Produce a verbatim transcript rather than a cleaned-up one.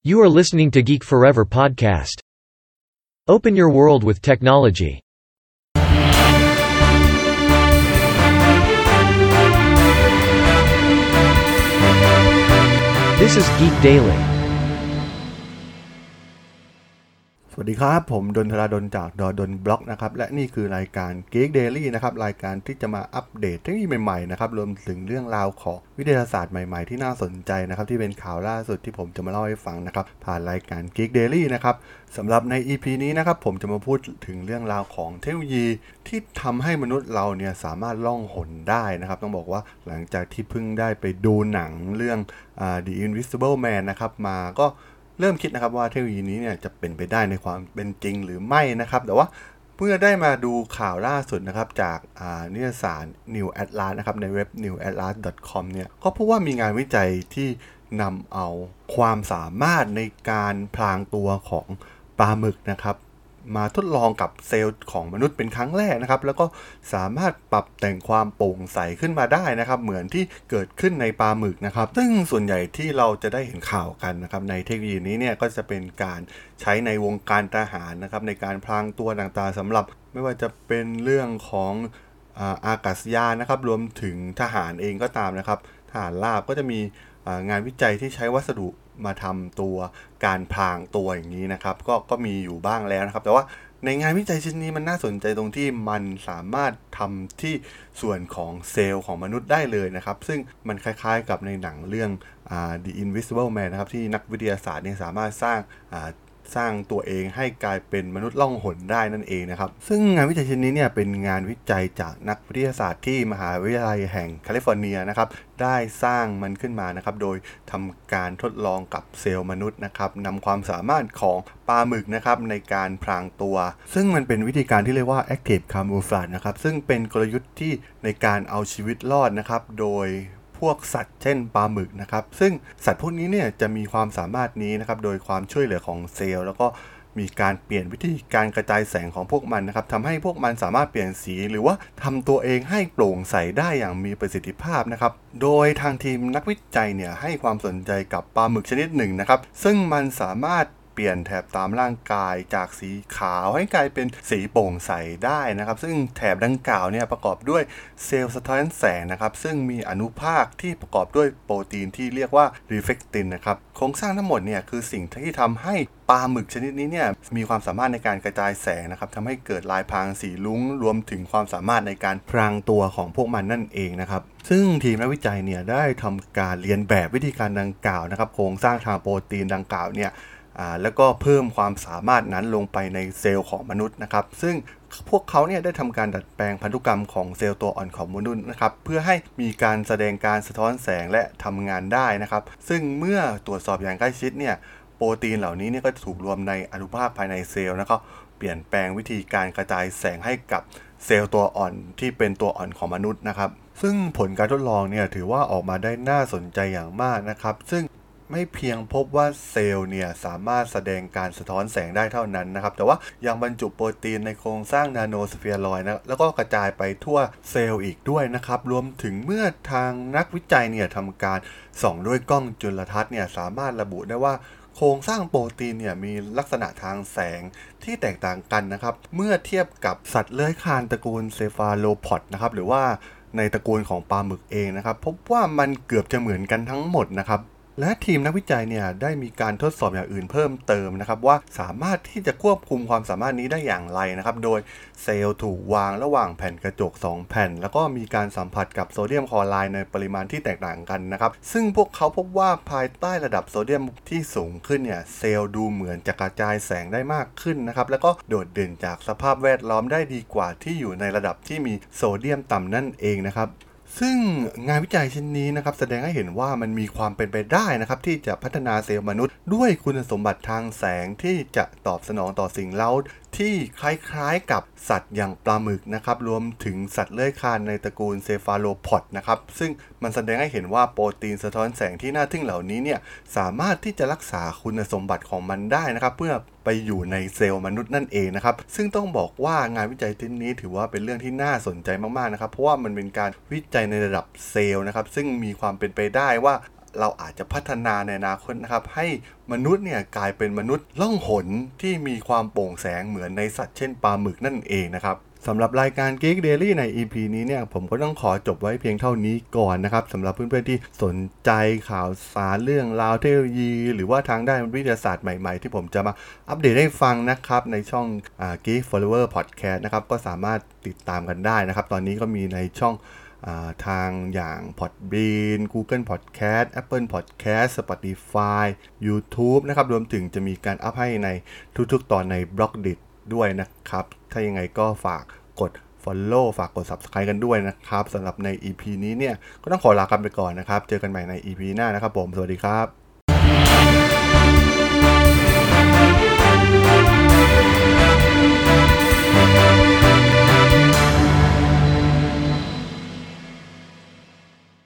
You are listening to Geek Forever podcast. Open your world with technology. This is Geek Daily. สวัสดีครับผมดนทราดลจากดดลบล็อกนะครับและนี่คือรายการ Geek Daily นะครับรายการที่จะมาอัปเดตเทคโนโลยีใหม่ๆนะครับรวมถึงเรื่องราวของวิทยาศาสตร์ใหม่ๆที่น่าสนใจนะครับที่เป็นข่าวล่าสุดที่ผมจะมาเล่าให้ฟังนะครับผ่านรายการ Geek Daily นะครับสำหรับใน อี พี นี้นะครับผมจะมาพูดถึงเรื่องราวของเทคโนโลยีที่ทำให้มนุษย์เราเนี่ยสามารถล่องหนได้นะครับต้องบอกว่าหลังจากที่เพิ่งได้ไปดูหนังเรื่องอ่า The Invisible Man นะครับมาก็เริ่มคิดนะครับว่าเทคโนโลยีนี้เนี่ยจะเป็นไปได้ในความเป็นจริงหรือไม่นะครับแต่ว่าเมื่อได้มาดูข่าวล่าสุดนะครับจากนิตยสาร New Atlas นะครับในเว็บ นิว แอตลาส ดอท คอม เนี่ยก็พบว่ามีงานวิจัยที่นำเอาความสามารถในการพลางตัวของปลาหมึกนะครับมาทดลองกับเซลล์ของมนุษย์เป็นครั้งแรกนะครับแล้วก็สามารถปรับแต่งความโปร่งใสขึ้นมาได้นะครับเหมือนที่เกิดขึ้นในปลาหมึกนะครับซึ่งส่วนใหญ่ที่เราจะได้เห็นข่าวกันนะครับในเทคโนโลยีนี้เนี่ยก็จะเป็นการใช้ในวงการทหารนะครับในการพลางตัวต่างๆสำหรับไม่ว่าจะเป็นเรื่องของอ่าอากาศยานนะครับรวมถึงทหารเองก็ตามนะครับทหารราบก็จะมีงานวิจัยที่ใช้วัสดุมาทำตัวการพรางตัวอย่างนี้นะครับก็ก็มีอยู่บ้างแล้วนะครับแต่ว่าในงานวิจัยชิ้นนี้มันน่าสนใจตรงที่มันสามารถทำที่ส่วนของเซลล์ของมนุษย์ได้เลยนะครับซึ่งมันคล้ายๆกับในหนังเรื่องอ่า The Invisible Man นะครับที่นักวิทยาศาสตร์เนี่ยสามารถสร้างอ่าสร้างตัวเองให้กลายเป็นมนุษย์ล่องหนได้นั่นเองนะครับซึ่งงานวิจัยชิ้นนี้เนี่ยเป็นงานวิจัยจากนักวิทยาศาสตร์ที่มหาวิทยาลัยแห่งแคลิฟอร์เนียนะครับได้สร้างมันขึ้นมานะครับโดยทำการทดลองกับเซลล์มนุษย์นะครับนำความสามารถของปลาหมึกนะครับในการพรางตัวซึ่งมันเป็นวิธีการที่เรียกว่า Active Camouflage นะครับซึ่งเป็นกลยุทธ์ที่ในการเอาชีวิตรอดนะครับโดยพวกสัตว์เช่นปลาหมึกนะครับซึ่งสัตว์พวกนี้เนี่ยจะมีความสามารถนี้นะครับโดยความช่วยเหลือของเซลล์แล้วก็มีการเปลี่ยนวิธีการกระจายแสงของพวกมันนะครับทำให้พวกมันสามารถเปลี่ยนสีหรือว่าทำตัวเองให้โปร่งใสได้อย่างมีประสิทธิภาพนะครับโดยทางทีมนักวิจัยเนี่ยให้ความสนใจกับปลาหมึกชนิดหนึ่งนะครับซึ่งมันสามารถเปลี่ยนแถบตามร่างกายจากสีขาวให้กลายเป็นสีโปร่งใสได้นะครับซึ่งแถบดังกล่าวเนี่ยประกอบด้วยเซลล์สะท้อนแสงนะครับซึ่งมีอนุภาคที่ประกอบด้วยโปรตีนที่เรียกว่ารีเฟกตินนะครับโครงสร้างทั้งหมดเนี่ยคือสิ่งที่ทำให้ปลาหมึกชนิดนี้เนี่ยมีความสามารถในการกระจายแสงนะครับทำให้เกิดลายพรางสีลุ้งรวมถึงความสามารถในการพรางตัวของพวกมันนั่นเองนะครับซึ่งทีมนักวิจัยเนี่ยได้ทำการเรียนแบบวิธีการดังกล่าวนะครับโครงสร้างทางโปรตีนดังกล่าวเนี่ยอ่าแล้วก็เพิ่มความสามารถนั้นลงไปในเซลล์ของมนุษย์นะครับซึ่งพวกเขาเนี่ยได้ทำการดัดแปลงพันธุกรรมของเซลล์ตัวอ่อนของมนุษย์นะครับเพื่อให้มีการแสดงการสะท้อนแสงและทำงานได้นะครับซึ่งเมื่อตรวจสอบอย่างใกล้ชิดเนี่ยโปรตีนเหล่านี้เนี่ยก็ถูกรวมในอนุภาคภายในเซลล์แล้วก็เปลี่ยนแปลงวิธีการกระจายแสงให้กับเซลล์ตัวอ่อนที่เป็นตัวอ่อนของมนุษย์นะครับซึ่งผลการทดลองเนี่ยถือว่าออกมาได้น่าสนใจอย่างมากนะครับซึ่งไม่เพียงพบว่าเซลล์เนี่ยสามารถแสดงการสะท้อนแสงได้เท่านั้นนะครับแต่ว่ายังบรรจุโปรตีนในโครงสร้างนาโนสเฟียรอยด์นะแล้วก็กระจายไปทั่วเซลล์อีกด้วยนะครับรวมถึงเมื่อทางนักวิจัยเนี่ยทำการส่องด้วยกล้องจุลทรรศน์เนี่ยสามารถระบุได้ว่าโครงสร้างโปรตีนเนี่ยมีลักษณะทางแสงที่แตกต่างกันนะครับเมื่อเทียบกับสัตว์เลื้อยคลานตระกูลเซฟาโลพอดนะครับหรือว่าในตระกูลของปลาหมึกเองนะครับพบว่ามันเกือบจะเหมือนกันทั้งหมดนะครับและทีมนักวิจัยเนี่ยได้มีการทดสอบอย่างอื่นเพิ่มเติมนะครับว่าสามารถที่จะควบคุมความสามารถนี้ได้อย่างไรนะครับโดยเซลล์ถูกวางระหว่างแผ่นกระจกสองแผ่นแล้วก็มีการสัมผัสกับโซเดียมคลอไรด์ในปริมาณที่แตกต่างกันนะครับซึ่งพวกเขาพบว่าภายใต้ระดับโซเดียมที่สูงขึ้นเนี่ยเซลล์ดูเหมือนจะกระจายแสงได้มากขึ้นนะครับแล้วก็โดดเด่นจากสภาพแวดล้อมได้ดีกว่าที่อยู่ในระดับที่มีโซเดียมต่ำนั่นเองนะครับซึ่งงานวิจัยชิ้นนี้นะครับแสดงให้เห็นว่ามันมีความเป็นไปได้นะครับที่จะพัฒนาเซลล์มนุษย์ด้วยคุณสมบัติทางแสงที่จะตอบสนองต่อสิ่งเร้าที่คล้ายๆกับสัตว์อย่างปลาหมึกนะครับรวมถึงสัตว์เลื้อยคลานในตระกูลเซฟาโลพอดนะครับซึ่งมันแสดงให้เห็นว่าโปรตีนสะท้อนแสงที่น่าทึ่งเหล่านี้เนี่ยสามารถที่จะรักษาคุณสมบัติของมันได้นะครับเพื่อไปอยู่ในเซลล์มนุษย์นั่นเองนะครับซึ่งต้องบอกว่างานวิจัยชิ้นนี้ถือว่าเป็นเรื่องที่น่าสนใจมากๆนะครับเพราะว่ามันเป็นการวิจัยในระดับเซลล์นะครับซึ่งมีความเป็นไปได้ว่าเราอาจจะพัฒนาในอนาคตนะครับให้มนุษย์เนี่ยกลายเป็นมนุษย์ล่องหนที่มีความโปร่งแสงเหมือนในสัตว์เช่นปลาหมึกนั่นเองนะครับสำหรับรายการ Geek Daily ใน อี พี นี้เนี่ยผมก็ต้องขอจบไว้เพียงเท่านี้ก่อนนะครับสำหรับเพื่อนๆที่สนใจข่าวสารเรื่องราวเทคโนโลยีหรือว่าทางด้านวิทยาศาสตร์ใหม่ๆที่ผมจะมาอัปเดตให้ฟังนะครับในช่องอ่า Geek Flower Podcast นะครับก็สามารถติดตามกันได้นะครับตอนนี้ก็มีในช่องทางอย่าง Podbean Google Podcast Apple Podcast Spotify YouTube นะครับรวมถึงจะมีการอัพให้ในทุกๆตอนใน Blogdit ด้วยนะครับถ้ายังไงก็ฝากกด Follow ฝากกด Subscribe กันด้วยนะครับสำหรับใน อี พี นี้เนี่ยก็ต้องขอลากันไปก่อนนะครับเจอกันใหม่ใน อี พี หน้านะครับผมสวัสดีครับ